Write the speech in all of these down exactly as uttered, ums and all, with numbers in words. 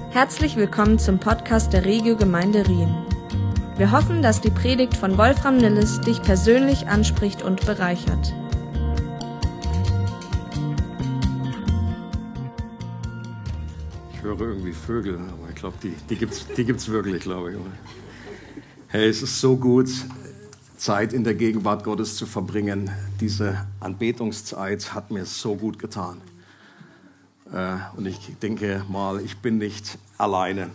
Herzlich willkommen zum Podcast der Regio Gemeinde Rien. Wir hoffen, dass die Predigt von Wolfram Nilles dich persönlich anspricht und bereichert. Ich höre irgendwie Vögel, aber ich glaube, die, die gibt es die gibt's wirklich, glaube ich. Hey, es ist so gut, Zeit in der Gegenwart Gottes zu verbringen. Diese Anbetungszeit hat mir so gut getan. Und ich denke mal, ich bin nicht alleine.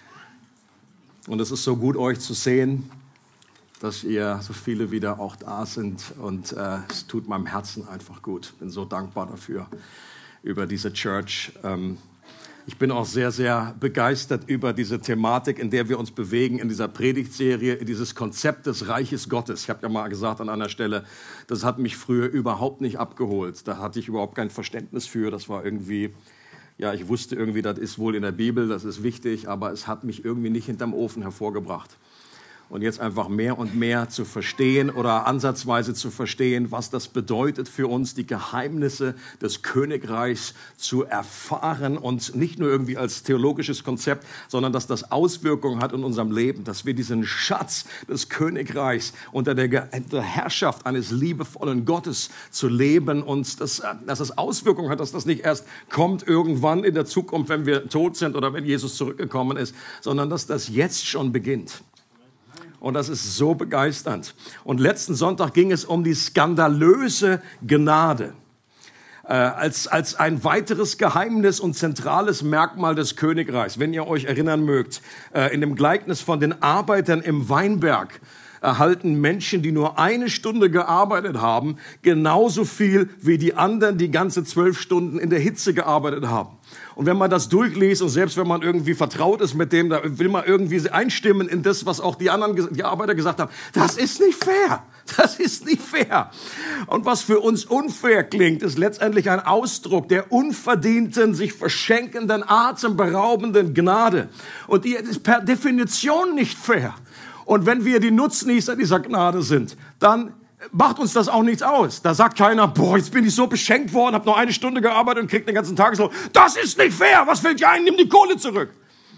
Und es ist so gut, euch zu sehen, dass ihr so viele wieder auch da sind. Und äh, es tut meinem Herzen einfach gut. Ich bin so dankbar dafür, über diese Church. Ähm, ich bin auch sehr, sehr begeistert über diese Thematik, in der wir uns bewegen, in dieser Predigtserie, dieses Konzept des Reiches Gottes. Ich habe ja mal gesagt an einer Stelle, das hat mich früher überhaupt nicht abgeholt. Da hatte ich überhaupt kein Verständnis für. Das war irgendwie, ja, ich wusste irgendwie, das ist wohl in der Bibel, das ist wichtig, aber es hat mich irgendwie nicht hinterm Ofen hervorgebracht. Und jetzt einfach mehr und mehr zu verstehen oder ansatzweise zu verstehen, was das bedeutet für uns, die Geheimnisse des Königreichs zu erfahren und nicht nur irgendwie als theologisches Konzept, sondern dass das Auswirkungen hat in unserem Leben, dass wir diesen Schatz des Königreichs unter der Herrschaft eines liebevollen Gottes zu leben und dass, dass das Auswirkungen hat, dass das nicht erst kommt irgendwann in der Zukunft, wenn wir tot sind oder wenn Jesus zurückgekommen ist, sondern dass das jetzt schon beginnt. Und das ist so begeisternd. Und letzten Sonntag ging es um die skandalöse Gnade. Äh, als, als ein weiteres Geheimnis und zentrales Merkmal des Königreichs. Wenn ihr euch erinnern mögt, äh, in dem Gleichnis von den Arbeitern im Weinberg erhalten Menschen, die nur eine Stunde gearbeitet haben, genauso viel wie die anderen, die ganze zwölf Stunden in der Hitze gearbeitet haben. Und wenn man das durchliest und selbst wenn man irgendwie vertraut ist mit dem, da will man irgendwie einstimmen in das, was auch die anderen, die Arbeiter gesagt haben. Das ist nicht fair. Das ist nicht fair. Und was für uns unfair klingt, ist letztendlich ein Ausdruck der unverdienten, sich verschenkenden, atemberaubenden Gnade. Und die ist per Definition nicht fair. Und wenn wir die Nutznießer dieser Gnade sind, dann macht uns das auch nichts aus. Da sagt keiner, boah, jetzt bin ich so beschenkt worden, habe noch eine Stunde gearbeitet und krieg den ganzen Tageslohn. Das ist nicht fair. Was fällt dir ein? Nimm die Kohle zurück.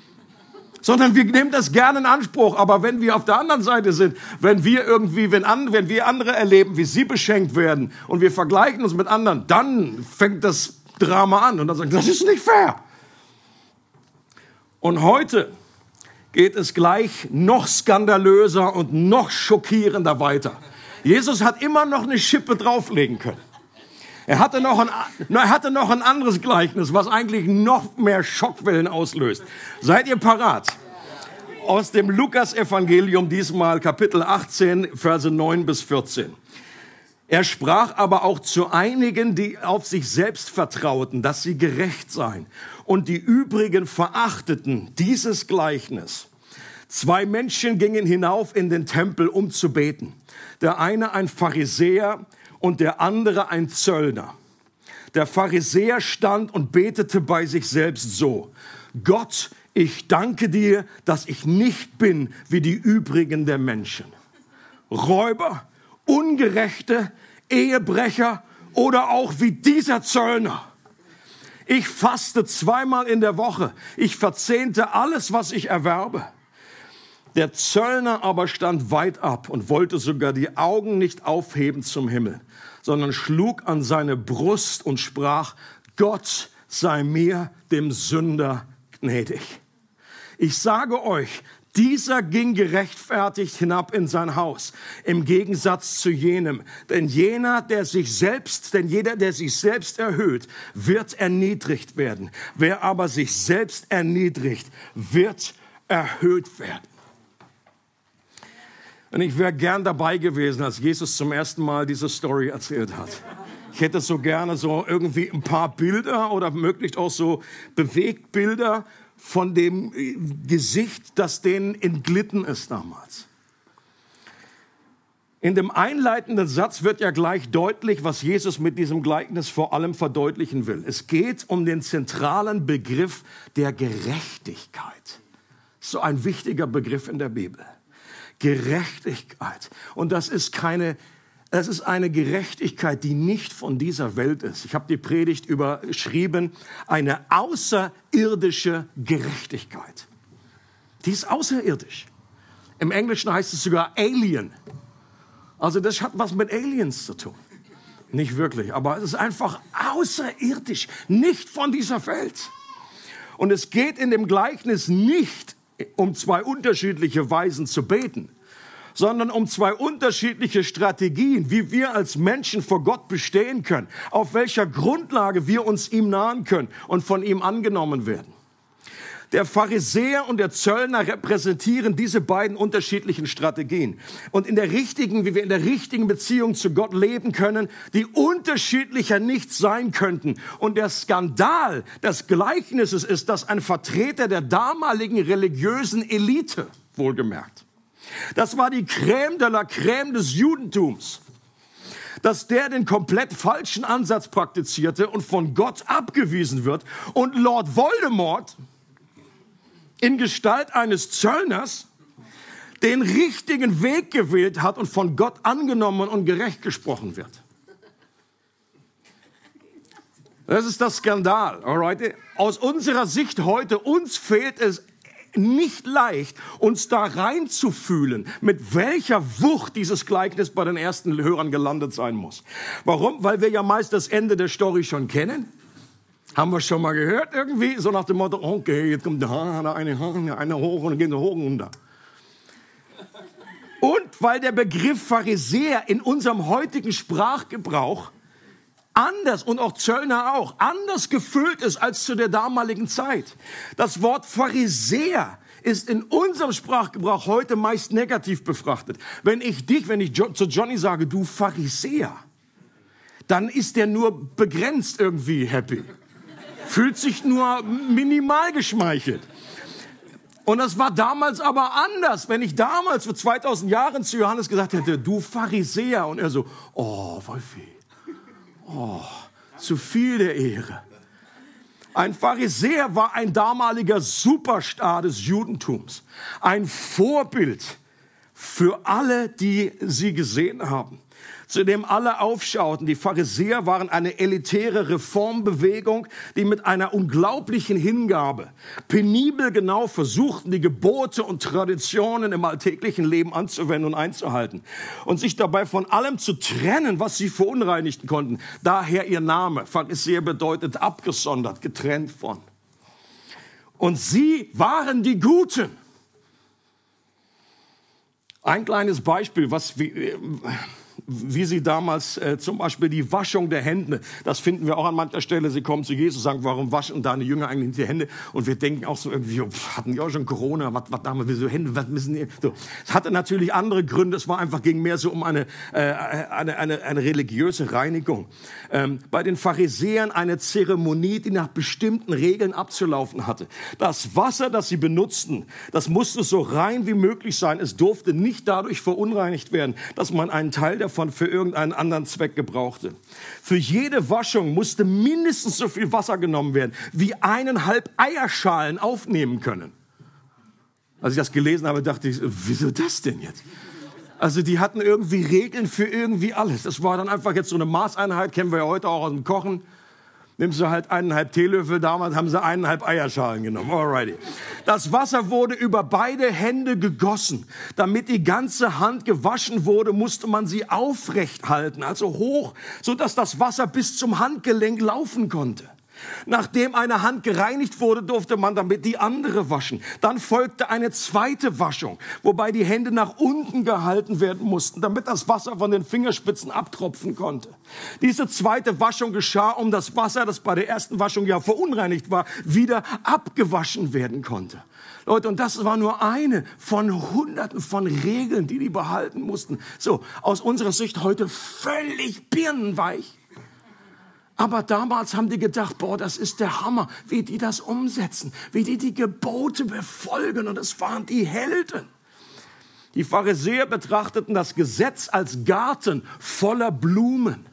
Sondern wir nehmen das gerne in Anspruch. Aber wenn wir auf der anderen Seite sind, wenn wir irgendwie, wenn, an, wenn wir andere erleben, wie sie beschenkt werden und wir vergleichen uns mit anderen, dann fängt das Drama an und dann sagen, das ist nicht fair. Und heute geht es gleich noch skandalöser und noch schockierender weiter. Jesus hat immer noch eine Schippe drauflegen können. Er hatte noch ein, er hatte noch ein anderes Gleichnis, was eigentlich noch mehr Schockwellen auslöst. Seid ihr parat? Aus dem Lukas-Evangelium, diesmal Kapitel achtzehn, Verse neun bis vierzehn. Er sprach aber auch zu einigen, die auf sich selbst vertrauten, dass sie gerecht seien. Und die übrigen verachteten dieses Gleichnis. Zwei Menschen gingen hinauf in den Tempel, um zu beten. Der eine ein Pharisäer und der andere ein Zöllner. Der Pharisäer stand und betete bei sich selbst so: Gott, ich danke dir, dass ich nicht bin wie die übrigen der Menschen. Räuber, Ungerechte, Ehebrecher oder auch wie dieser Zöllner. Ich faste zweimal in der Woche. Ich verzehnte alles, was ich erwerbe. Der Zöllner aber stand weit ab und wollte sogar die Augen nicht aufheben zum Himmel, sondern schlug an seine Brust und sprach: Gott sei mir, dem Sünder, gnädig. Ich sage euch, dieser ging gerechtfertigt hinab in sein Haus, im Gegensatz zu jenem. Denn jener, der sich selbst, denn jeder, der sich selbst erhöht, wird erniedrigt werden. Wer aber sich selbst erniedrigt, wird erhöht werden. Und ich wäre gern dabei gewesen, als Jesus zum ersten Mal diese Story erzählt hat. Ich hätte so gerne so irgendwie ein paar Bilder oder möglichst auch so Bewegtbilder von dem Gesicht, das denen entglitten ist damals. In dem einleitenden Satz wird ja gleich deutlich, was Jesus mit diesem Gleichnis vor allem verdeutlichen will. Es geht um den zentralen Begriff der Gerechtigkeit. So ein wichtiger Begriff in der Bibel. Gerechtigkeit. Und das ist keine Es ist eine Gerechtigkeit, die nicht von dieser Welt ist. Ich habe die Predigt überschrieben, eine außerirdische Gerechtigkeit. Die ist außerirdisch. Im Englischen heißt es sogar Alien. Also das hat was mit Aliens zu tun. Nicht wirklich, aber es ist einfach außerirdisch, nicht von dieser Welt. Und es geht in dem Gleichnis nicht um zwei unterschiedliche Weisen zu beten, sondern um zwei unterschiedliche Strategien, wie wir als Menschen vor Gott bestehen können, auf welcher Grundlage wir uns ihm nahen können und von ihm angenommen werden. Der Pharisäer und der Zöllner repräsentieren diese beiden unterschiedlichen Strategien. Und in der richtigen, wie wir in der richtigen Beziehung zu Gott leben können, die unterschiedlicher nicht sein könnten. Und der Skandal des Gleichnisses ist, dass ein Vertreter der damaligen religiösen Elite, wohlgemerkt, das war die Crème de la Crème des Judentums, dass der den komplett falschen Ansatz praktizierte und von Gott abgewiesen wird und Lord Voldemort in Gestalt eines Zöllners den richtigen Weg gewählt hat und von Gott angenommen und gerecht gesprochen wird. Das ist das Skandal. Alright? Aus unserer Sicht heute, uns fehlt es nicht leicht, uns da reinzufühlen, mit welcher Wucht dieses Gleichnis bei den ersten Hörern gelandet sein muss. Warum? Weil wir ja meist das Ende der Story schon kennen. Haben wir schon mal gehört irgendwie? So nach dem Motto, okay, jetzt kommt der eine, eine, eine hoch und dann gehen sie hoch und runter. Und weil der Begriff Pharisäer in unserem heutigen Sprachgebrauch anders und auch Zöllner auch, anders gefüllt ist als zu der damaligen Zeit. Das Wort Pharisäer ist in unserem Sprachgebrauch heute meist negativ befrachtet. Wenn ich dich, wenn ich jo- zu Johnny sage, du Pharisäer, dann ist der nur begrenzt irgendwie happy. Fühlt sich nur minimal geschmeichelt. Und das war damals aber anders. Wenn ich damals vor zweitausend Jahren zu Johannes gesagt hätte, du Pharisäer, und er so, oh, Wolfi, oh, zu viel der Ehre. Ein Pharisäer war ein damaliger Superstar des Judentums. Ein Vorbild für alle, die sie gesehen haben, zu dem alle aufschauten. Die Pharisäer waren eine elitäre Reformbewegung, die mit einer unglaublichen Hingabe penibel genau versuchten, die Gebote und Traditionen im alltäglichen Leben anzuwenden und einzuhalten und sich dabei von allem zu trennen, was sie verunreinigen konnten. Daher ihr Name. Pharisäer bedeutet abgesondert, getrennt von. Und sie waren die Guten. Ein kleines Beispiel, was wie, wie sie damals äh, zum Beispiel die Waschung der Hände, das finden wir auch an mancher Stelle, sie kommen zu Jesus und sagen, warum waschen deine Jünger eigentlich die Hände? Und wir denken auch so irgendwie, oh, hatten die auch schon Corona, was, was damals, wieso Hände, was müssen die? So. Es hatte natürlich andere Gründe, es war einfach, ging mehr so um eine, äh, eine, eine, eine religiöse Reinigung. Ähm, bei den Pharisäern eine Zeremonie, die nach bestimmten Regeln abzulaufen hatte. Das Wasser, das sie benutzten, das musste so rein wie möglich sein. Es durfte nicht dadurch verunreinigt werden, dass man einen Teil davon für irgendeinen anderen Zweck gebrauchte. Für jede Waschung musste mindestens so viel Wasser genommen werden, wie eineinhalb Eierschalen aufnehmen können. Als ich das gelesen habe, dachte ich, wieso das denn jetzt? Also die hatten irgendwie Regeln für irgendwie alles. Das war dann einfach jetzt so eine Maßeinheit, kennen wir ja heute auch aus dem Kochen. Nimmst du halt eineinhalb Teelöffel, damals haben sie eineinhalb Eierschalen genommen. Alrighty. Das Wasser wurde über beide Hände gegossen. Damit die ganze Hand gewaschen wurde, musste man sie aufrecht halten, also hoch, sodass das Wasser bis zum Handgelenk laufen konnte. Nachdem eine Hand gereinigt wurde, durfte man damit die andere waschen. Dann folgte eine zweite Waschung, wobei die Hände nach unten gehalten werden mussten, damit das Wasser von den Fingerspitzen abtropfen konnte. Diese zweite Waschung geschah, um das Wasser, das bei der ersten Waschung ja verunreinigt war, wieder abgewaschen werden konnte. Leute, und das war nur eine von Hunderten von Regeln, die die behalten mussten. So, aus unserer Sicht heute völlig birnenweich. Aber damals haben die gedacht, boah, das ist der Hammer, wie die das umsetzen, wie die die Gebote befolgen. Und es waren die Helden. Die Pharisäer betrachteten das Gesetz als Garten voller Blumen.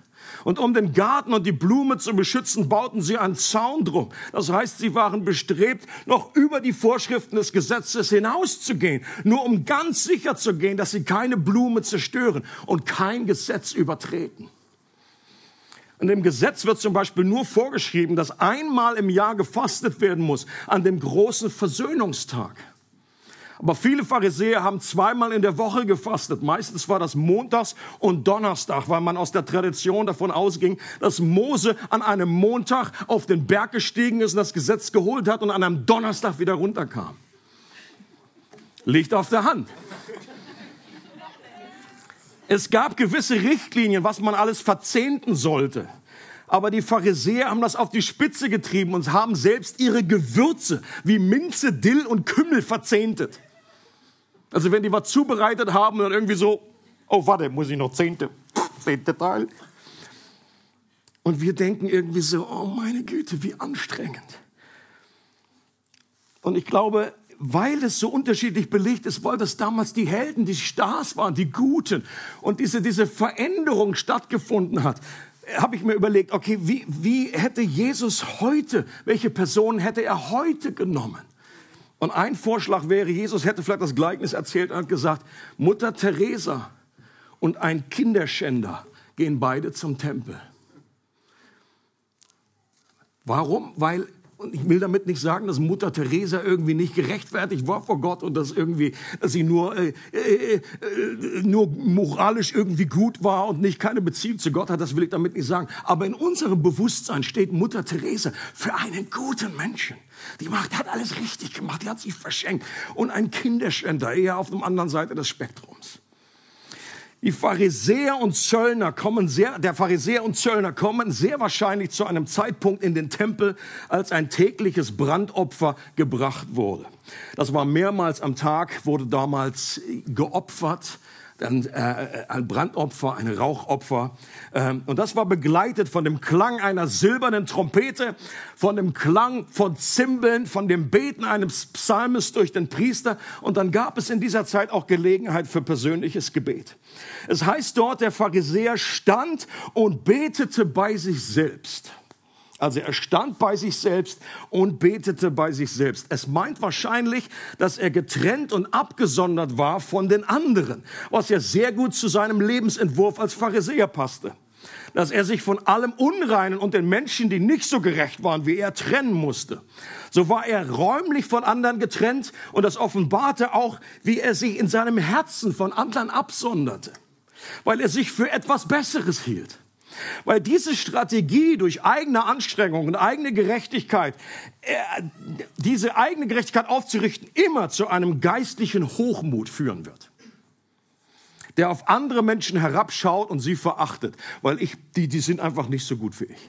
Und um den Garten und die Blume zu beschützen, bauten sie einen Zaun drum. Das heißt, sie waren bestrebt, noch über die Vorschriften des Gesetzes hinauszugehen, nur um ganz sicher zu gehen, dass sie keine Blume zerstören und kein Gesetz übertreten. In dem Gesetz wird zum Beispiel nur vorgeschrieben, dass einmal im Jahr gefastet werden muss, an dem großen Versöhnungstag. Aber viele Pharisäer haben zweimal in der Woche gefastet. Meistens war das montags und Donnerstag, weil man aus der Tradition davon ausging, dass Mose an einem Montag auf den Berg gestiegen ist und das Gesetz geholt hat und an einem Donnerstag wieder runterkam. Liegt auf der Hand. Es gab gewisse Richtlinien, was man alles verzehnten sollte. Aber die Pharisäer haben das auf die Spitze getrieben und haben selbst ihre Gewürze wie Minze, Dill und Kümmel verzehntet. Also wenn die was zubereitet haben, dann irgendwie so, oh warte, muss ich noch zehnte, zehnte Teil. Und wir denken irgendwie so, oh meine Güte, wie anstrengend. Und ich glaube, weil es so unterschiedlich belegt ist, weil das damals die Helden, die Stars waren, die Guten und diese, diese Veränderung stattgefunden hat, habe ich mir überlegt, okay, wie, wie hätte Jesus heute, welche Person hätte er heute genommen? Und ein Vorschlag wäre, Jesus hätte vielleicht das Gleichnis erzählt und hat gesagt, Mutter Teresa und ein Kinderschänder gehen beide zum Tempel. Warum? Weil, und ich will damit nicht sagen, dass Mutter Teresa irgendwie nicht gerechtfertigt war vor Gott und dass irgendwie, dass sie nur, äh, äh, äh, nur moralisch irgendwie gut war und nicht keine Beziehung zu Gott hat. Das will ich damit nicht sagen. Aber in unserem Bewusstsein steht Mutter Teresa für einen guten Menschen. Die macht, hat alles richtig gemacht, die hat sich verschenkt. Und ein Kinderschänder, eher auf der anderen Seite des Spektrums. Die Pharisäer und Zöllner kommen sehr, der Pharisäer und Zöllner kommen sehr wahrscheinlich zu einem Zeitpunkt in den Tempel, als ein tägliches Brandopfer gebracht wurde. Das war mehrmals am Tag, wurde damals geopfert. Dann äh, ein Brandopfer, ein Rauchopfer. Ähm, und das war begleitet von dem Klang einer silbernen Trompete, von dem Klang von Zimbeln, von dem Beten eines Psalmes durch den Priester. Und dann gab es in dieser Zeit auch Gelegenheit für persönliches Gebet. Es heißt dort, der Pharisäer stand und betete bei sich selbst. Also er stand bei sich selbst und betete bei sich selbst. Es meint wahrscheinlich, dass er getrennt und abgesondert war von den anderen, was ja sehr gut zu seinem Lebensentwurf als Pharisäer passte. Dass er sich von allem Unreinen und den Menschen, die nicht so gerecht waren wie er, trennen musste. So war er räumlich von anderen getrennt und das offenbarte auch, wie er sich in seinem Herzen von anderen absonderte, weil er sich für etwas Besseres hielt. Weil diese Strategie durch eigene Anstrengung und eigene Gerechtigkeit, äh, diese eigene Gerechtigkeit aufzurichten, immer zu einem geistlichen Hochmut führen wird. Der auf andere Menschen herabschaut und sie verachtet, weil ich, die, die sind einfach nicht so gut wie ich.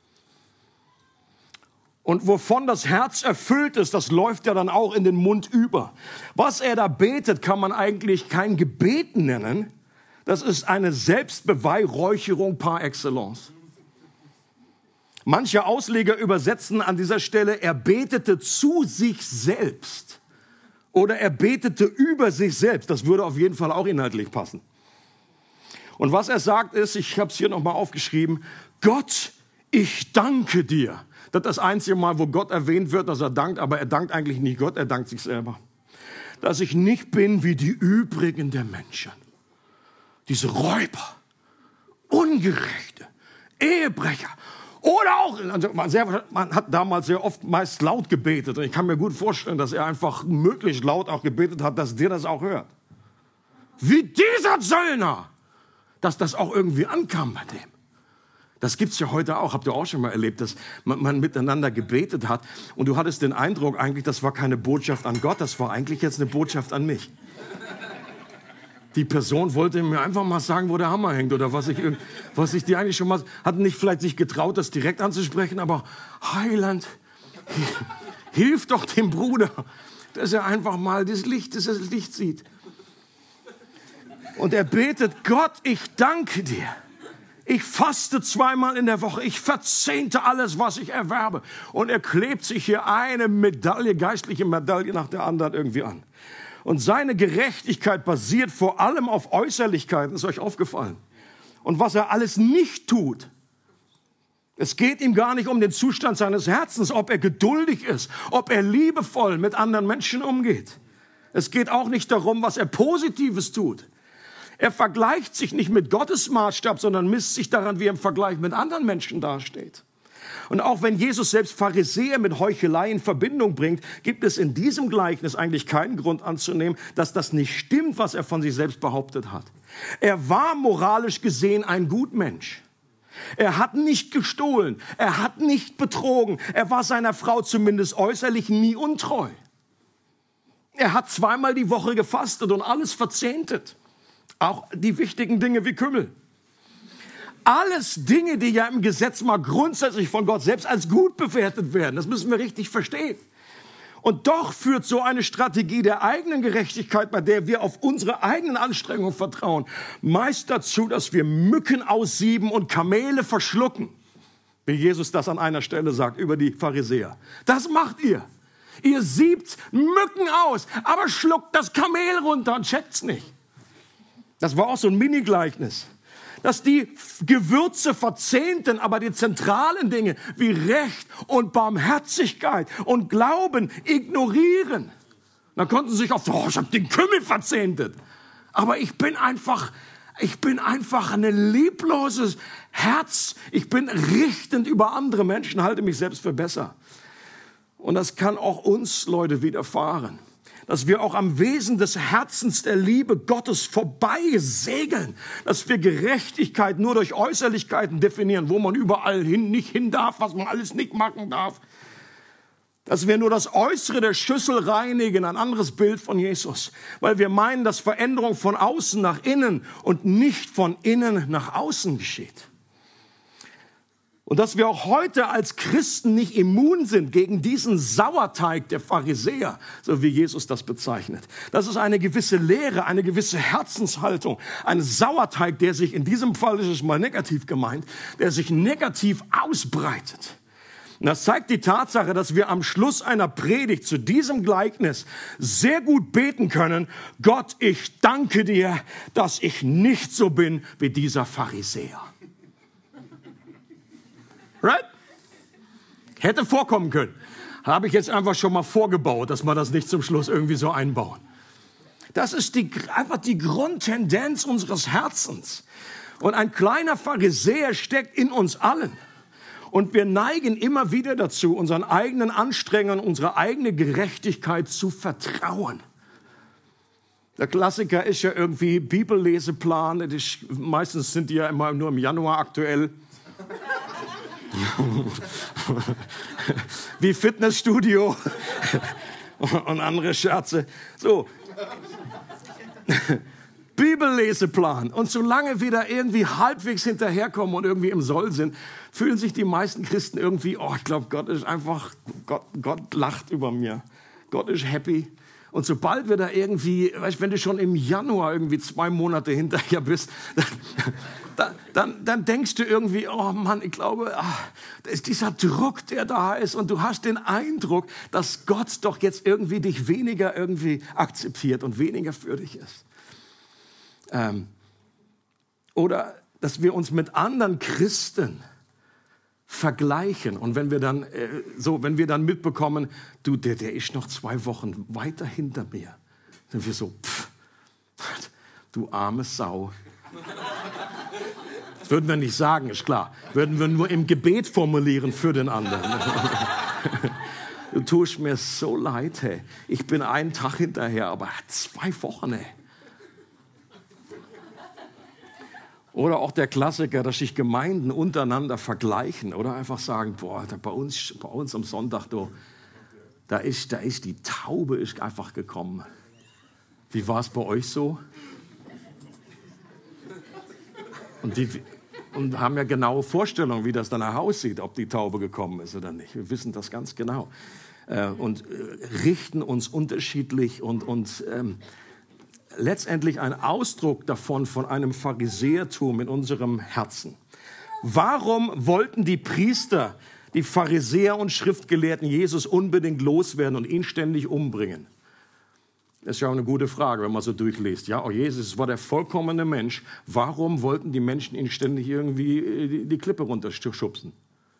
Und wovon das Herz erfüllt ist, das läuft ja dann auch in den Mund über. Was er da betet, kann man eigentlich kein Gebet nennen. Das ist eine Selbstbeweihräucherung par excellence. Manche Ausleger übersetzen an dieser Stelle, er betete zu sich selbst oder er betete über sich selbst. Das würde auf jeden Fall auch inhaltlich passen. Und was er sagt ist, ich habe es hier nochmal aufgeschrieben, Gott, ich danke dir. Das ist das einzige Mal, wo Gott erwähnt wird, dass er dankt, aber er dankt eigentlich nicht Gott, er dankt sich selber. Dass ich nicht bin wie die übrigen der Menschen. Diese Räuber, Ungerechte, Ehebrecher oder auch, also man, sehr, man hat damals sehr oft meist laut gebetet und ich kann mir gut vorstellen, dass er einfach möglichst laut auch gebetet hat, dass der das auch hört. Wie dieser Zöllner, dass das auch irgendwie ankam bei dem. Das gibt's ja heute auch, habt ihr auch schon mal erlebt, dass man, man miteinander gebetet hat und du hattest den Eindruck eigentlich, das war keine Botschaft an Gott, das war eigentlich jetzt eine Botschaft an mich. Die Person wollte mir einfach mal sagen, wo der Hammer hängt oder was ich, was ich die eigentlich schon mal, hat nicht vielleicht sich getraut, das direkt anzusprechen, aber Heiland, hilf doch dem Bruder, dass er einfach mal das Licht, dass er das Licht sieht. Und er betet, Gott, ich danke dir. Ich faste zweimal in der Woche, ich verzehnte alles, was ich erwerbe. Und er klebt sich hier eine Medaille, geistliche Medaille nach der anderen irgendwie an. Und seine Gerechtigkeit basiert vor allem auf Äußerlichkeiten, ist euch aufgefallen. Und was er alles nicht tut, Es geht ihm gar nicht um den Zustand seines Herzens, ob er geduldig ist, ob er liebevoll mit anderen Menschen umgeht. Es geht auch nicht darum, was er Positives tut. Er vergleicht sich nicht mit Gottes Maßstab, sondern misst sich daran, wie er im Vergleich mit anderen Menschen dasteht. Und auch wenn Jesus selbst Pharisäer mit Heuchelei in Verbindung bringt, gibt es in diesem Gleichnis eigentlich keinen Grund anzunehmen, dass das nicht stimmt, was er von sich selbst behauptet hat. Er war moralisch gesehen ein Gutmensch. Er hat nicht gestohlen, er hat nicht betrogen, er war seiner Frau zumindest äußerlich nie untreu. Er hat zweimal die Woche gefastet und alles verzehntet, auch die wichtigen Dinge wie Kümmel. Alles Dinge, die ja im Gesetz mal grundsätzlich von Gott selbst als gut bewertet werden, das müssen wir richtig verstehen. Und doch führt so eine Strategie der eigenen Gerechtigkeit, bei der wir auf unsere eigenen Anstrengungen vertrauen, meist dazu, dass wir Mücken aussieben und Kamele verschlucken. Wie Jesus das an einer Stelle sagt über die Pharisäer. Das macht ihr. Ihr siebt Mücken aus, aber schluckt das Kamel runter und checkt's nicht. Das war auch so ein Mini-Gleichnis. Dass die Gewürze verzehnten, aber die zentralen Dinge wie Recht und Barmherzigkeit und Glauben ignorieren. Dann konnten sie sich auf, oh, ich habe den Kümmel verzehntet. Aber ich bin einfach, ich bin einfach ein liebloses Herz. Ich bin richtend über andere Menschen, halte mich selbst für besser. Und das kann auch uns, Leute, widerfahren. Dass wir auch am Wesen des Herzens der Liebe Gottes vorbei segeln. Dass wir Gerechtigkeit nur durch Äußerlichkeiten definieren, wo man überall hin, nicht hin darf, was man alles nicht machen darf. Dass wir nur das Äußere der Schüssel reinigen, ein anderes Bild von Jesus. Weil wir meinen, dass Veränderung von außen nach innen und nicht von innen nach außen geschieht. Und dass wir auch heute als Christen nicht immun sind gegen diesen Sauerteig der Pharisäer, so wie Jesus das bezeichnet. Das ist eine gewisse Lehre, eine gewisse Herzenshaltung. Ein Sauerteig, der sich, in diesem Fall ist es mal negativ gemeint, der sich negativ ausbreitet. Und das zeigt die Tatsache, dass wir am Schluss einer Predigt zu diesem Gleichnis sehr gut beten können: Gott, ich danke dir, dass ich nicht so bin wie dieser Pharisäer. Right? Hätte vorkommen können. Habe ich jetzt einfach schon mal vorgebaut, dass wir das nicht zum Schluss irgendwie so einbauen. Das ist die, einfach die Grundtendenz unseres Herzens. Und ein kleiner Pharisäer steckt in uns allen. Und wir neigen immer wieder dazu, unseren eigenen Anstrengungen, unsere eigene Gerechtigkeit zu vertrauen. Der Klassiker ist ja irgendwie Bibelleseplan. Ich, meistens sind die ja immer nur im Januar aktuell. Wie Fitnessstudio und andere Scherze. So. Bibelleseplan. Und solange wir da irgendwie halbwegs hinterherkommen und irgendwie im Soll sind, fühlen sich die meisten Christen irgendwie, oh, ich glaube, Gott ist einfach, Gott, Gott lacht über mir. Gott ist happy. Und sobald wir da irgendwie, weißt, wenn du schon im Januar irgendwie zwei Monate hinterher bist, dann, dann, dann denkst du irgendwie, oh Mann, ich glaube, ach, da ist dieser Druck, der da ist. Und du hast den Eindruck, dass Gott doch jetzt irgendwie dich weniger irgendwie akzeptiert und weniger für dich ist. Ähm, oder dass wir uns mit anderen Christen vergleichen. Und wenn wir dann äh, so, wenn wir dann mitbekommen, du, der, der ist noch zwei Wochen weiter hinter mir, sind wir so, pff, du arme Sau. Das würden wir nicht sagen, ist klar. Würden wir nur im Gebet formulieren für den anderen. Du tust mir so leid, hey. Ich bin einen Tag hinterher, aber zwei Wochen, hey. Oder auch der Klassiker, dass sich Gemeinden untereinander vergleichen oder einfach sagen, boah, bei uns, bei uns am Sonntag, du, da ist, da ist die Taube ist einfach gekommen. Wie war es bei euch so? Und, die, und haben ja genaue Vorstellungen, wie das dann aussieht, ob die Taube gekommen ist oder nicht. Wir wissen das ganz genau. Äh, und äh, richten uns unterschiedlich und, und ähm, letztendlich ein Ausdruck davon, von einem Pharisäertum in unserem Herzen. Warum wollten die Priester, die Pharisäer und Schriftgelehrten Jesus unbedingt loswerden und ihn ständig umbringen? Das ist ja auch eine gute Frage, wenn man so durchliest. Ja, oh, Jesus war der vollkommene Mensch. Warum wollten die Menschen ihn ständig irgendwie die, die Klippe runterschubsen?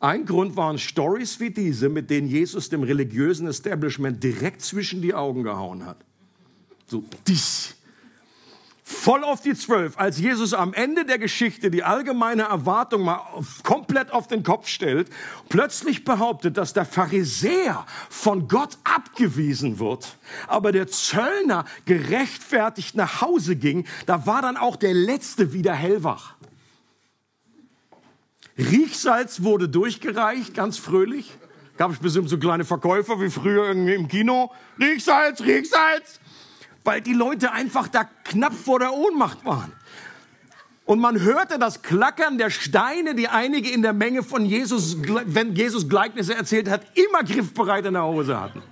Ein Grund waren Storys wie diese, mit denen Jesus dem religiösen Establishment direkt zwischen die Augen gehauen hat. So, dies. Voll auf die Zwölf, als Jesus am Ende der Geschichte die allgemeine Erwartung mal komplett auf den Kopf stellt, plötzlich behauptet, dass der Pharisäer von Gott abgewiesen wird, aber der Zöllner gerechtfertigt nach Hause ging, da war dann auch der Letzte wieder hellwach. Riechsalz wurde durchgereicht, ganz fröhlich. Gab es bestimmt so kleine Verkäufer wie früher irgendwie im Kino. Riechsalz, Riechsalz! Weil die Leute einfach da knapp vor der Ohnmacht waren. Und man hörte das Klackern der Steine, die einige in der Menge von Jesus, wenn Jesus Gleichnisse erzählt hat, immer griffbereit in der Hose hatten.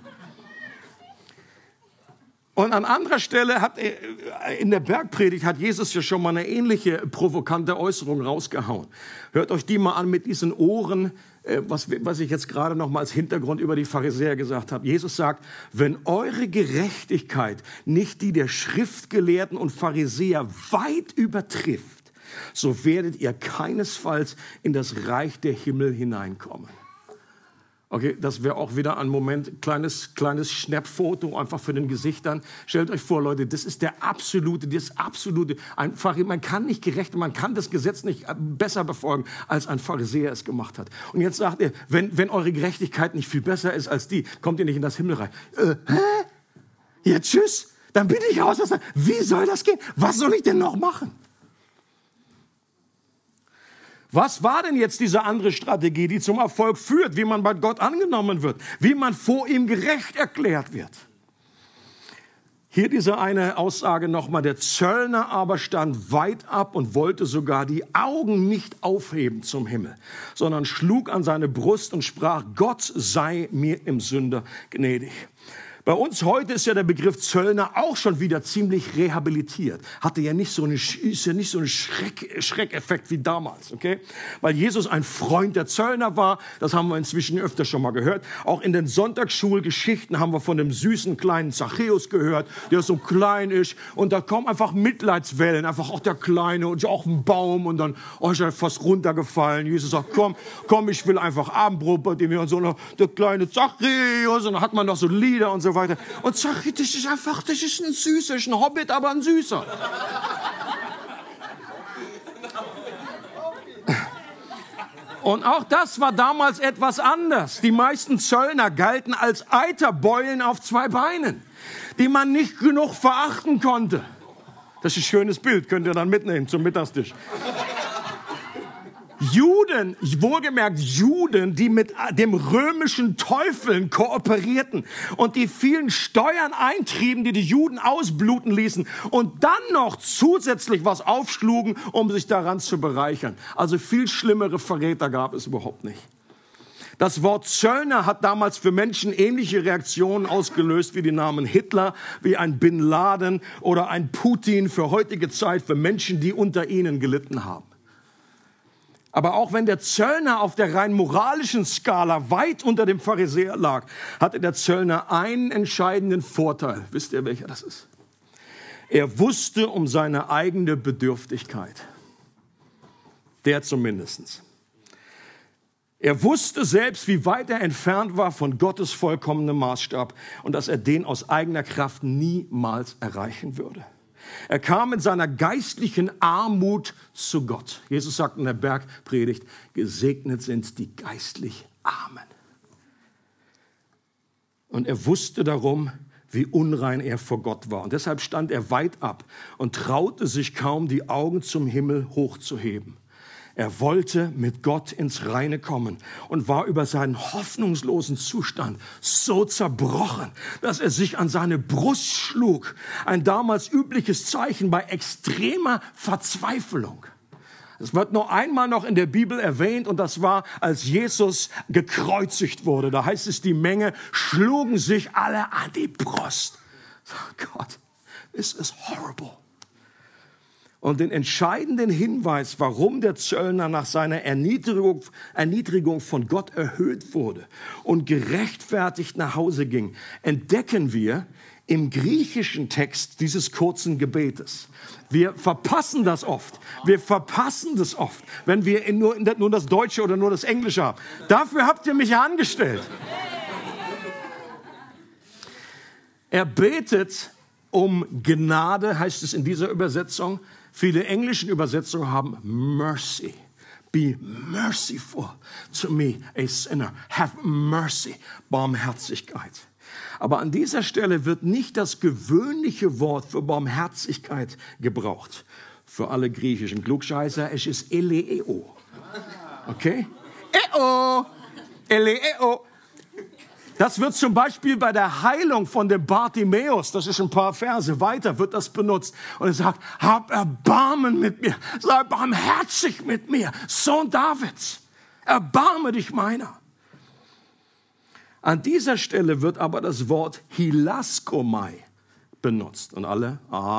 Und an anderer Stelle hat er, in der Bergpredigt hat Jesus ja schon mal eine ähnliche provokante Äußerung rausgehauen. Hört euch die mal an mit diesen Ohren, was, was ich jetzt gerade noch mal als Hintergrund über die Pharisäer gesagt habe. Jesus sagt, wenn eure Gerechtigkeit nicht die der Schriftgelehrten und Pharisäer weit übertrifft, so werdet ihr keinesfalls in das Reich der Himmel hineinkommen. Okay, das wäre auch wieder ein Moment, kleines, kleines Schnappfoto einfach für den Gesichtern. Stellt euch vor, Leute, das ist der absolute, das absolute, ein Pharisäer, man kann nicht gerecht, man kann das Gesetz nicht besser befolgen, als ein Pharisäer es gemacht hat. Und jetzt sagt er, wenn, wenn eure Gerechtigkeit nicht viel besser ist als die, kommt ihr nicht in das Himmelreich. Äh, hä? Ja, tschüss, dann bin ich raus. Wie soll das gehen? Was soll ich denn noch machen? Was war denn jetzt diese andere Strategie, die zum Erfolg führt, wie man bei Gott angenommen wird, wie man vor ihm gerecht erklärt wird? Hier diese eine Aussage nochmal, der Zöllner aber stand weit ab und wollte sogar die Augen nicht aufheben zum Himmel, sondern schlug an seine Brust und sprach, Gott sei mir im Sünder gnädig. Bei uns heute ist ja der Begriff Zöllner auch schon wieder ziemlich rehabilitiert. Hatte ja nicht so eine, ist ja nicht so ein Schreck, Schreckeffekt wie damals, okay? Weil Jesus ein Freund der Zöllner war, das haben wir inzwischen öfter schon mal gehört. Auch in den Sonntagsschulgeschichten haben wir von dem süßen kleinen Zachäus gehört, der so klein ist und da kommen einfach Mitleidswellen, einfach auch der Kleine und auch ein Baum und dann, oh, ist er fast runtergefallen. Jesus sagt, komm, komm, ich will einfach Abendbrot bei dem und so, der kleine Zachäus und dann hat man noch so Lieder und so weiter. Und Zachäus, das ist einfach, das ist ein Süßer, ist ein Hobbit, aber ein Süßer. Und auch das war damals etwas anders. Die meisten Zöllner galten als Eiterbeulen auf zwei Beinen, die man nicht genug verachten konnte. Das ist ein schönes Bild, könnt ihr dann mitnehmen zum Mittagstisch. Juden, wohlgemerkt Juden, die mit dem römischen Teufeln kooperierten und die vielen Steuern eintrieben, die die Juden ausbluten ließen und dann noch zusätzlich was aufschlugen, um sich daran zu bereichern. Also viel schlimmere Verräter gab es überhaupt nicht. Das Wort Zöllner hat damals für Menschen ähnliche Reaktionen ausgelöst wie die Namen Hitler, wie ein Bin Laden oder ein Putin für heutige Zeit für Menschen, die unter ihnen gelitten haben. Aber auch wenn der Zöllner auf der rein moralischen Skala weit unter dem Pharisäer lag, hatte der Zöllner einen entscheidenden Vorteil. Wisst ihr, welcher das ist? Er wusste um seine eigene Bedürftigkeit. Der zumindest. Er wusste selbst, wie weit er entfernt war von Gottes vollkommenem Maßstab und dass er den aus eigener Kraft niemals erreichen würde. Er kam in seiner geistlichen Armut zu Gott. Jesus sagt in der Bergpredigt, gesegnet sind die geistlich Armen. Und er wusste darum, wie unrein er vor Gott war. Und deshalb stand er weit ab und traute sich kaum, die Augen zum Himmel hochzuheben. Er wollte mit Gott ins Reine kommen und war über seinen hoffnungslosen Zustand so zerbrochen, dass er sich an seine Brust schlug. Ein damals übliches Zeichen bei extremer Verzweiflung. Es wird nur einmal noch in der Bibel erwähnt und das war, als Jesus gekreuzigt wurde. Da heißt es, die Menge schlugen sich alle an die Brust. Oh Gott, this is horrible. und den entscheidenden Hinweis, warum der Zöllner nach seiner Erniedrigung, Erniedrigung von Gott erhöht wurde und gerechtfertigt nach Hause ging, entdecken wir im griechischen Text dieses kurzen Gebetes. Wir verpassen das oft. Wir verpassen das oft, wenn wir nur, nur das Deutsche oder nur das Englische haben. Dafür habt ihr mich ja angestellt. Er betet um Gnade, heißt es in dieser Übersetzung. Viele englische Übersetzungen haben mercy. Be merciful to me, a sinner. Have mercy, Barmherzigkeit. Aber an dieser Stelle wird nicht das gewöhnliche Wort für Barmherzigkeit gebraucht. Für alle griechischen Klugscheißer, es ist eleeo. Okay? Eo! Eleeo! Das wird zum Beispiel bei der Heilung von dem Bartimäus, das ist ein paar Verse weiter, wird das benutzt. Und er sagt, hab Erbarmen mit mir, sei barmherzig mit mir, Sohn Davids, erbarme dich meiner. An dieser Stelle wird aber das Wort hilaskomai benutzt. Und alle,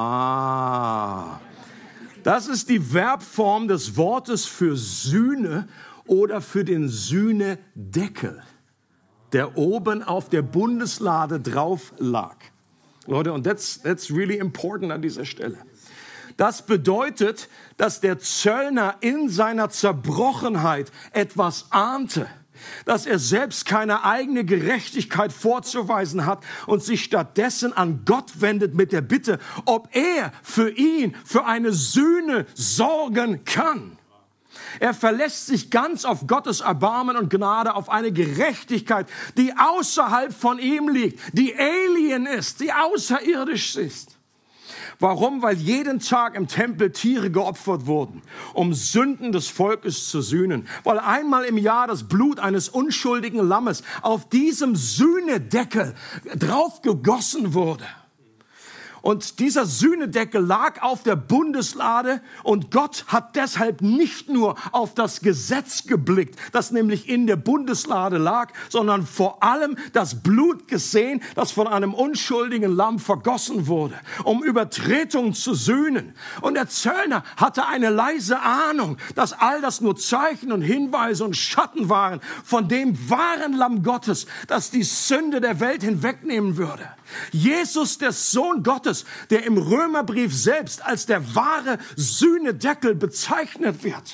ah, das ist die Verbform des Wortes für Sühne oder für den Sühnedeckel, der oben auf der Bundeslade drauf lag. Leute, und that's, that's really important an dieser Stelle. Das bedeutet, dass der Zöllner in seiner Zerbrochenheit etwas ahnte, dass er selbst keine eigene Gerechtigkeit vorzuweisen hat und sich stattdessen an Gott wendet mit der Bitte, ob er für ihn, für eine Sühne sorgen kann. Er verlässt sich ganz auf Gottes Erbarmen und Gnade, auf eine Gerechtigkeit, die außerhalb von ihm liegt, die alien ist, die außerirdisch ist. Warum? Weil jeden Tag im Tempel Tiere geopfert wurden, um Sünden des Volkes zu sühnen. Weil einmal im Jahr das Blut eines unschuldigen Lammes auf diesem Sühnedeckel drauf gegossen wurde. Und dieser Sühnedeckel lag auf der Bundeslade und Gott hat deshalb nicht nur auf das Gesetz geblickt, das nämlich in der Bundeslade lag, sondern vor allem das Blut gesehen, das von einem unschuldigen Lamm vergossen wurde, um Übertretungen zu sühnen. Und der Zöllner hatte eine leise Ahnung, dass all das nur Zeichen und Hinweise und Schatten waren von dem wahren Lamm Gottes, das die Sünde der Welt hinwegnehmen würde. Jesus, der Sohn Gottes, der im Römerbrief selbst als der wahre Sühnedeckel bezeichnet wird.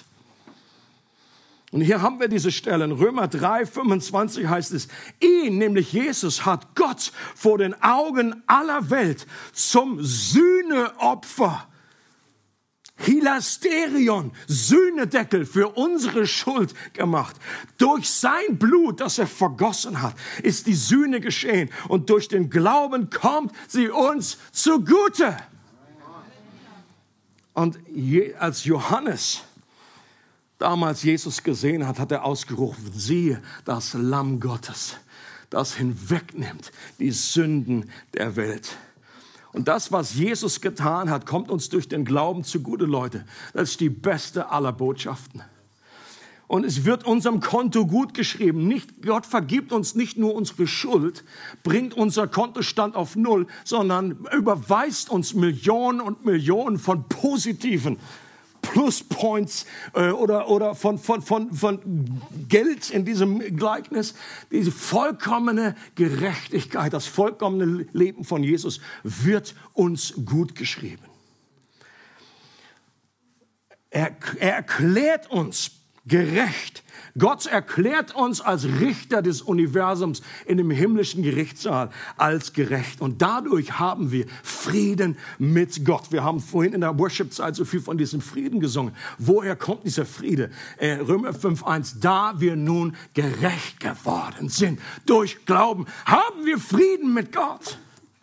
Und hier haben wir diese Stelle. In Römer drei, fünfundzwanzig heißt es, ihn, nämlich Jesus, hat Gott vor den Augen aller Welt zum Sühneopfer, Hilasterion, Sühnedeckel für unsere Schuld gemacht. Durch sein Blut, das er vergossen hat, ist die Sühne geschehen. Und durch den Glauben kommt sie uns zugute. Und je, als Johannes damals Jesus gesehen hat, hat er ausgerufen, siehe das Lamm Gottes, das hinwegnimmt die Sünden der Welt. Und das, was Jesus getan hat, kommt uns durch den Glauben zugute, Leute. Das ist die beste aller Botschaften. Und es wird unserem Konto gut geschrieben. Nicht, Gott vergibt uns nicht nur unsere Schuld, bringt unser Kontostand auf Null, sondern überweist uns Millionen und Millionen von positiven Pluspoints äh, oder, oder von, von, von, von Geld in diesem Gleichnis. Diese vollkommene Gerechtigkeit, das vollkommene Leben von Jesus wird uns gut geschrieben. Er, er erklärt uns gerecht. Gott erklärt uns als Richter des Universums in dem himmlischen Gerichtssaal als gerecht. Und dadurch haben wir Frieden mit Gott. Wir haben vorhin in der Worship-Zeit so viel von diesem Frieden gesungen. Woher kommt dieser Friede? Äh, Römer fünf eins, da wir nun gerecht geworden sind durch Glauben, haben wir Frieden mit Gott.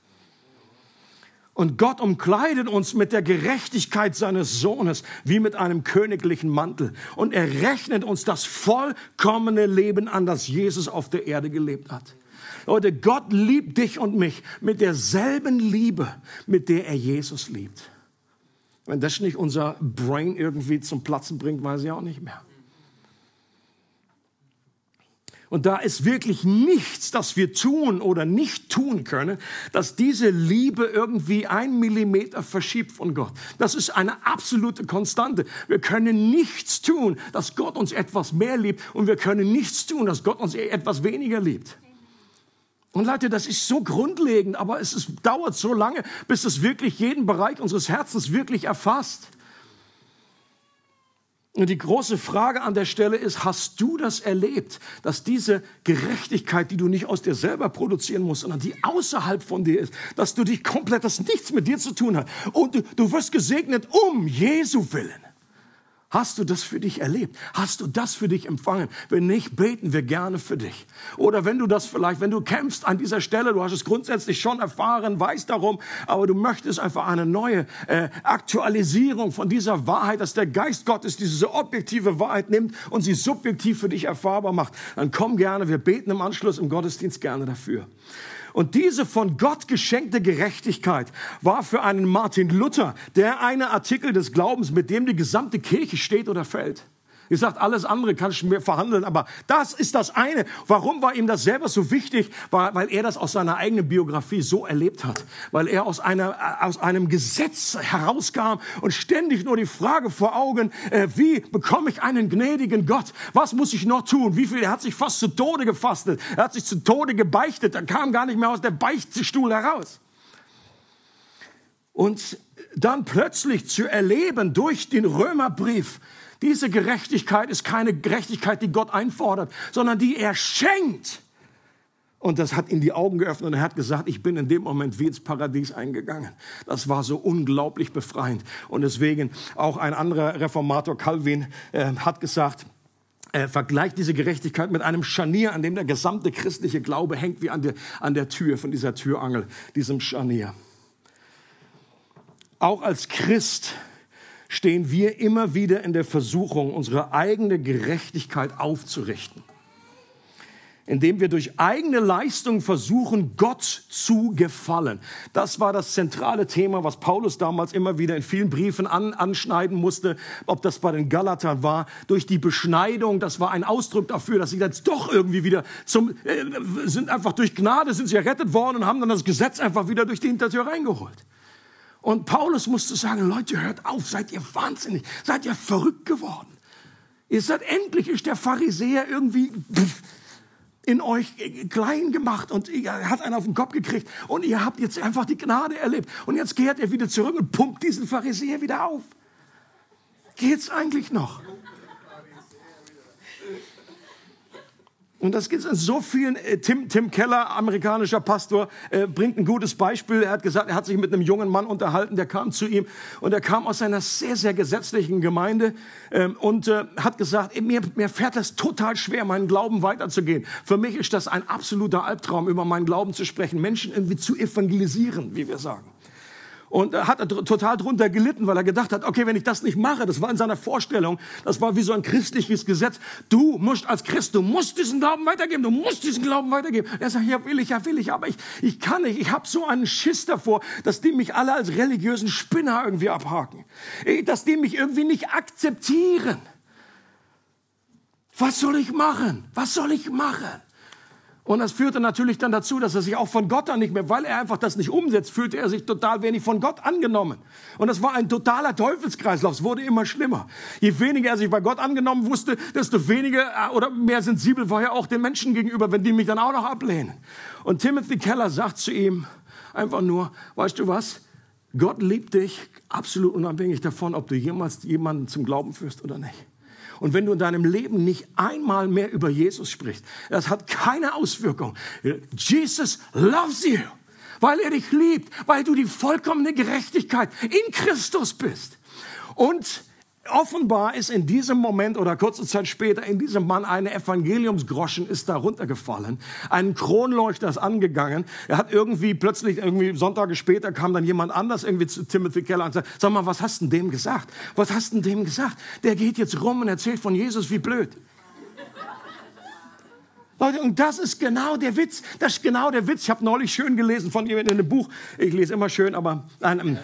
Und Gott umkleidet uns mit der Gerechtigkeit seines Sohnes wie mit einem königlichen Mantel. Und er rechnet uns das vollkommene Leben an, das Jesus auf der Erde gelebt hat. Leute, Gott liebt dich und mich mit derselben Liebe, mit der er Jesus liebt. Wenn das nicht unser Brain irgendwie zum Platzen bringt, weiß ich auch nicht mehr. Und da ist wirklich nichts, das wir tun oder nicht tun können, dass diese Liebe irgendwie ein Millimeter verschiebt von Gott. Das ist eine absolute Konstante. Wir können nichts tun, dass Gott uns etwas mehr liebt. Und wir können nichts tun, dass Gott uns etwas weniger liebt. Und Leute, das ist so grundlegend, aber es ist, dauert so lange, bis es wirklich jeden Bereich unseres Herzens wirklich erfasst. Und die große Frage an der Stelle ist, hast du das erlebt, dass diese Gerechtigkeit, die du nicht aus dir selber produzieren musst, sondern die außerhalb von dir ist, dass du dich komplett, das nichts mit dir zu tun hat und du, du wirst gesegnet um Jesu Willen. Hast du das für dich erlebt? Hast du das für dich empfangen? Wenn nicht, beten wir gerne für dich. Oder wenn du das vielleicht, wenn du kämpfst an dieser Stelle, du hast es grundsätzlich schon erfahren, weißt darum, aber du möchtest einfach eine neue äh, Aktualisierung von dieser Wahrheit, dass der Geist Gottes diese objektive Wahrheit nimmt und sie subjektiv für dich erfahrbar macht, dann komm gerne, wir beten im Anschluss im Gottesdienst gerne dafür. Und diese von Gott geschenkte Gerechtigkeit war für einen Martin Luther der eine Artikel des Glaubens, mit dem die gesamte Kirche steht oder fällt. Ich sage, alles andere kann ich mir verhandeln, aber das ist das eine. Warum war ihm das selber so wichtig? Weil er das aus seiner eigenen Biografie so erlebt hat. Weil er aus, einer, aus einem Gesetz herauskam und ständig nur die Frage vor Augen, äh, wie bekomme ich einen gnädigen Gott? Was muss ich noch tun? Wie viel? Er hat sich fast zu Tode gefastet. Er hat sich zu Tode gebeichtet. Er kam gar nicht mehr aus der Beichtstuhl heraus. Und dann plötzlich zu erleben durch den Römerbrief, diese Gerechtigkeit ist keine Gerechtigkeit, die Gott einfordert, sondern die er schenkt. Und das hat ihm die Augen geöffnet und er hat gesagt, ich bin in dem Moment wie ins Paradies eingegangen. Das war so unglaublich befreiend. Und deswegen auch ein anderer Reformator, Calvin, äh, hat gesagt, äh, vergleicht diese Gerechtigkeit mit einem Scharnier, an dem der gesamte christliche Glaube hängt, wie an der, an der Tür von dieser Türangel, diesem Scharnier. Auch als Christ stehen wir immer wieder in der Versuchung, unsere eigene Gerechtigkeit aufzurichten, indem wir durch eigene Leistung versuchen, Gott zu gefallen. Das war das zentrale Thema, was Paulus damals immer wieder in vielen Briefen an, anschneiden musste, ob das bei den Galatern war, durch die Beschneidung. Das war ein Ausdruck dafür, dass sie jetzt doch irgendwie wieder zum, äh, sind einfach durch Gnade, sind sie errettet worden und haben dann das Gesetz einfach wieder durch die Hintertür reingeholt. Und Paulus musste sagen, Leute, hört auf, seid ihr wahnsinnig, seid ihr verrückt geworden. Ihr seid, endlich ist der Pharisäer irgendwie in euch klein gemacht und er hat einen auf den Kopf gekriegt und ihr habt jetzt einfach die Gnade erlebt. Und jetzt kehrt er wieder zurück und pumpt diesen Pharisäer wieder auf. Geht's eigentlich noch? Und das gibt es in so vielen. Tim, Tim Keller, amerikanischer Pastor, äh, bringt ein gutes Beispiel. Er hat gesagt, er hat sich mit einem jungen Mann unterhalten, der kam zu ihm und er kam aus einer sehr, sehr gesetzlichen Gemeinde ähm, und äh, hat gesagt, mir, mir fährt das total schwer, meinen Glauben weiterzugehen. Für mich ist das ein absoluter Albtraum, über meinen Glauben zu sprechen, Menschen irgendwie zu evangelisieren, wie wir sagen. Und er hat total drunter gelitten, weil er gedacht hat, okay, wenn ich das nicht mache, das war in seiner Vorstellung, das war wie so ein christliches Gesetz. Du musst als Christ, du musst diesen Glauben weitergeben, du musst diesen Glauben weitergeben. Er sagt, ja will ich, ja will ich, aber ich, ich kann nicht. Ich habe so einen Schiss davor, dass die mich alle als religiösen Spinner irgendwie abhaken. Dass die mich irgendwie nicht akzeptieren. Was soll ich machen? Was soll ich machen? Und das führte natürlich dann dazu, dass er sich auch von Gott dann nicht mehr, weil er einfach das nicht umsetzt, fühlte er sich total wenig von Gott angenommen. Und das war ein totaler Teufelskreislauf. Es wurde immer schlimmer. Je weniger er sich bei Gott angenommen wusste, desto weniger oder mehr sensibel war er auch den Menschen gegenüber, wenn die mich dann auch noch ablehnen. Und Timothy Keller sagt zu ihm einfach nur, weißt du was? Gott liebt dich absolut unabhängig davon, ob du jemals jemanden zum Glauben führst oder nicht. Und wenn du in deinem Leben nicht einmal mehr über Jesus sprichst, das hat keine Auswirkung. Jesus loves you, weil er dich liebt, weil du die vollkommene Gerechtigkeit in Christus bist. Und offenbar ist in diesem Moment oder kurze Zeit später in diesem Mann eine Evangeliumsgroschen ist da runtergefallen. Ein Kronleuchter ist angegangen. Er hat irgendwie plötzlich, irgendwie Sonntage später kam dann jemand anders irgendwie zu Timothy Keller und sagt, sag mal, was hast du denn dem gesagt? Was hast du denn dem gesagt? Der geht jetzt rum und erzählt von Jesus, wie blöd. Leute, und das ist genau der Witz. Das ist genau der Witz. Ich habe neulich schön gelesen von jemandem in einem Buch. Ich lese immer schön, aber nein, ähm,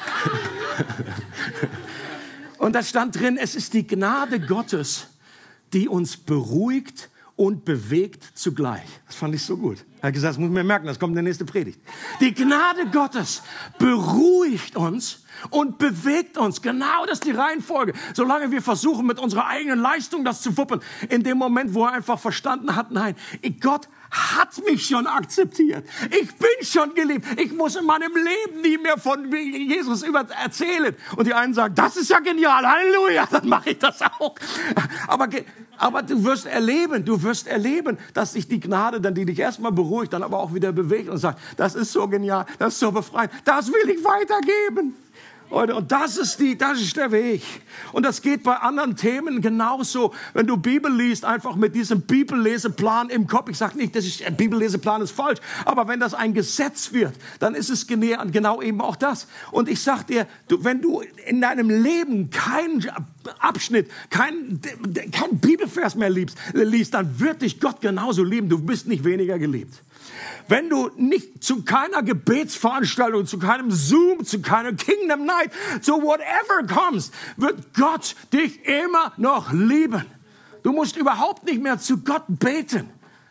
und da stand drin, es ist die Gnade Gottes, die uns beruhigt und bewegt zugleich. Das fand ich so gut. Er hat gesagt, das muss ich mir merken, das kommt in der nächsten Predigt. Die Gnade Gottes beruhigt uns und bewegt uns. Genau das ist die Reihenfolge. Solange wir versuchen, mit unserer eigenen Leistung das zu wuppen, in dem Moment, wo er einfach verstanden hat, nein, Gott hat mich schon akzeptiert. Ich bin schon geliebt. Ich muss in meinem Leben nie mehr von Jesus über erzählen. Und die einen sagen, das ist ja genial, Halleluja, dann mache ich das auch. Aber, aber du wirst erleben, du wirst erleben, dass sich die Gnade, dann die dich erstmal beruhigt, dann aber auch wieder bewegt und sagt, das ist so genial, das ist so befreiend, das will ich weitergeben. Und das ist, die, das ist der Weg. Und das geht bei anderen Themen genauso. Wenn du Bibel liest, einfach mit diesem Bibelleseplan im Kopf. Ich sage nicht, dass ich, ein Bibelleseplan ist falsch. Aber wenn das ein Gesetz wird, dann ist es genau eben auch das. Und ich sage dir, du, wenn du in deinem Leben keinen Abschnitt, keinen kein Bibelvers mehr liebst, liest, dann wird dich Gott genauso lieben. Du bist nicht weniger geliebt. Wenn du nicht zu keiner Gebetsveranstaltung, zu keinem Zoom, zu keinem Kingdom Night, zu whatever kommst, wird Gott dich immer noch lieben. Du musst überhaupt nicht mehr zu Gott beten.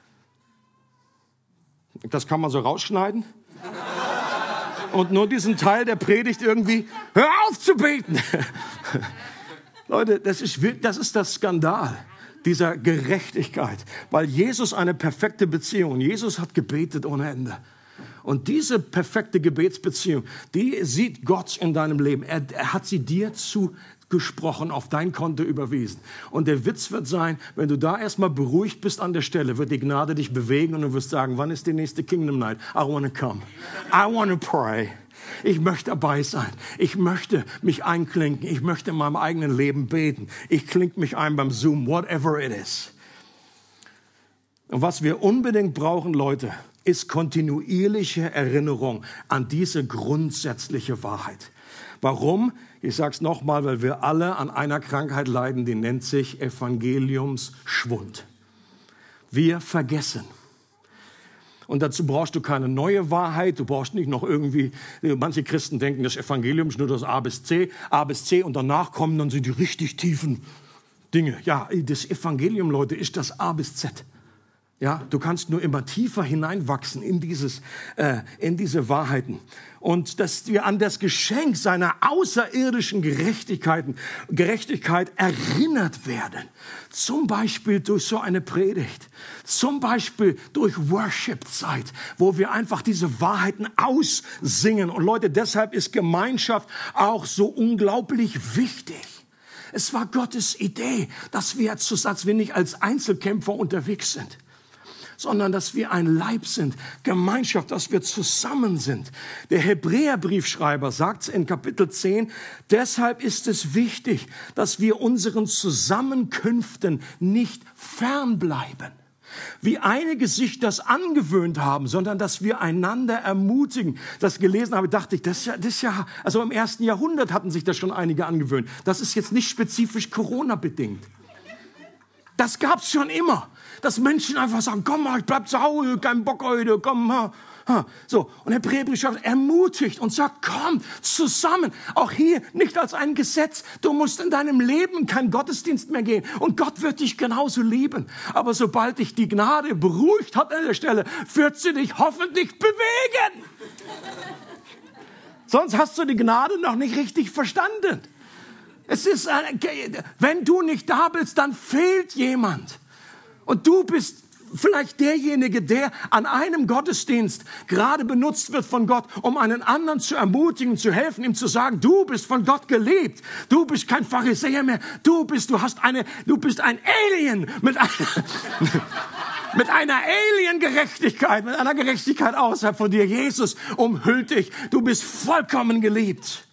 Das kann man so rausschneiden. Und nur diesen Teil der Predigt irgendwie, hör auf zu beten. Leute, das ist, das ist das Skandal dieser Gerechtigkeit, weil Jesus eine perfekte Beziehung, Jesus hat gebetet ohne Ende. Und diese perfekte Gebetsbeziehung, die sieht Gott in deinem Leben. Er, er hat sie dir zugesprochen, auf dein Konto überwiesen. Und der Witz wird sein, wenn du da erstmal beruhigt bist an der Stelle, wird die Gnade dich bewegen und du wirst sagen, wann ist die nächste Kingdom Night? I want to come. I want to pray. Ich möchte dabei sein. Ich möchte mich einklinken. Ich möchte in meinem eigenen Leben beten. Ich klinke mich ein beim Zoom, whatever it is. Und was wir unbedingt brauchen, Leute, ist kontinuierliche Erinnerung an diese grundsätzliche Wahrheit. Warum? Ich sage es nochmal, weil wir alle an einer Krankheit leiden, die nennt sich Evangeliumsschwund. Wir vergessen. Und dazu brauchst du keine neue Wahrheit. Du brauchst nicht noch irgendwie, manche Christen denken, das Evangelium ist nur das A bis C, A bis C und danach kommen dann so die richtig tiefen Dinge. Ja, das Evangelium, Leute, ist das A bis Z. Ja, du kannst nur immer tiefer hineinwachsen in dieses, äh, in diese Wahrheiten. Und dass wir an das Geschenk seiner außerirdischen Gerechtigkeiten, Gerechtigkeit erinnert werden. Zum Beispiel durch so eine Predigt. Zum Beispiel durch Worship-Zeit, wo wir einfach diese Wahrheiten aussingen. Und Leute, deshalb ist Gemeinschaft auch so unglaublich wichtig. Es war Gottes Idee, dass wir, dass wir nicht als Einzelkämpfer unterwegs sind, sondern dass wir ein Leib sind, Gemeinschaft, dass wir zusammen sind. Der Hebräerbriefschreiber sagt in Kapitel zehn, deshalb ist es wichtig, dass wir unseren Zusammenkünften nicht fernbleiben, wie einige sich das angewöhnt haben, sondern dass wir einander ermutigen. Das gelesen habe, dachte ich, das ist ja, das ist ja, also im ersten Jahrhundert hatten sich das schon einige angewöhnt. Das ist jetzt nicht spezifisch Corona-bedingt. Das gab's schon immer. Dass Menschen einfach sagen, komm mal, ich bleib zu Hause, kein Bock heute, komm mal. So, und der Hebräerbrief ermutigt und sagt, komm, zusammen. Auch hier nicht als ein Gesetz. Du musst in deinem Leben keinen Gottesdienst mehr gehen. Und Gott wird dich genauso lieben. Aber sobald dich die Gnade beruhigt hat an der Stelle, wird sie dich hoffentlich bewegen. Sonst hast du die Gnade noch nicht richtig verstanden. Es ist, wenn du nicht da bist, dann fehlt jemand. Und du bist vielleicht derjenige, der an einem Gottesdienst gerade benutzt wird von Gott, um einen anderen zu ermutigen, zu helfen, ihm zu sagen, du bist von Gott geliebt. Du bist kein Pharisäer mehr. Du bist, du hast eine, du bist ein Alien mit einer, mit einer Alien-Gerechtigkeit, mit einer Gerechtigkeit außerhalb von dir. Jesus umhüllt dich. Du bist vollkommen geliebt.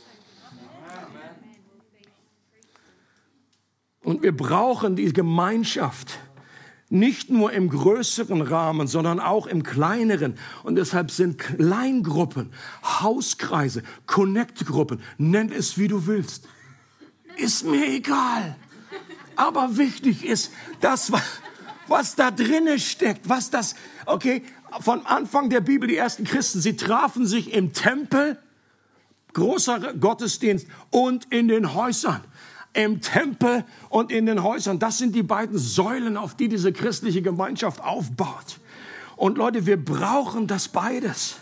Und wir brauchen die Gemeinschaft. Nicht nur im größeren Rahmen, sondern auch im kleineren. Und deshalb sind Kleingruppen, Hauskreise, Connect-Gruppen, nenn es wie du willst. Ist mir egal. Aber wichtig ist, das, was da drinnen steckt, was das, okay, von Anfang der Bibel, die ersten Christen, sie trafen sich im Tempel, großer Gottesdienst und in den Häusern. im Tempel und in den Häusern. Das sind die beiden Säulen, auf die diese christliche Gemeinschaft aufbaut. Und Leute, wir brauchen das beides.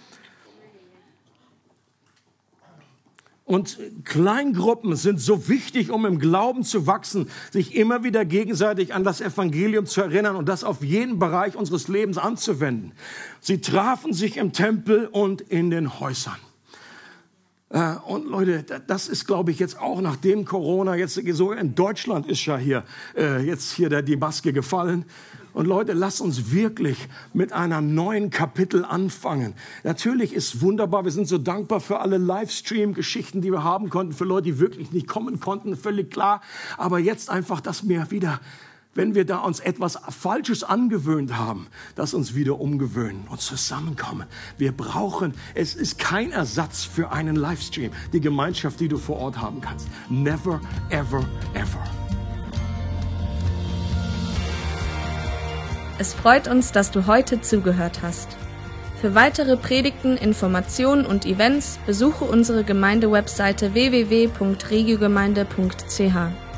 Und Kleingruppen sind so wichtig, um im Glauben zu wachsen, sich immer wieder gegenseitig an das Evangelium zu erinnern und das auf jeden Bereich unseres Lebens anzuwenden. Sie trafen sich im Tempel und in den Häusern. Und Leute, das ist, glaube ich, jetzt auch nachdem Corona, jetzt so in Deutschland ist ja hier, jetzt hier die Maske gefallen. Und Leute, lasst uns wirklich mit einer neuen Kapitel anfangen. Natürlich ist wunderbar, wir sind so dankbar für alle Livestream-Geschichten, die wir haben konnten, für Leute, die wirklich nicht kommen konnten, völlig klar. Aber jetzt einfach, dass wir wieder, wenn wir da uns etwas Falsches angewöhnt haben, dass uns wieder umgewöhnen und zusammenkommen. Wir brauchen, es ist kein Ersatz für einen Livestream, die Gemeinschaft, die du vor Ort haben kannst. Never, ever, ever. Es freut uns, dass du heute zugehört hast. Für weitere Predigten, Informationen und Events besuche unsere Gemeindewebseite w w w punkt regiogemeinde punkt c h.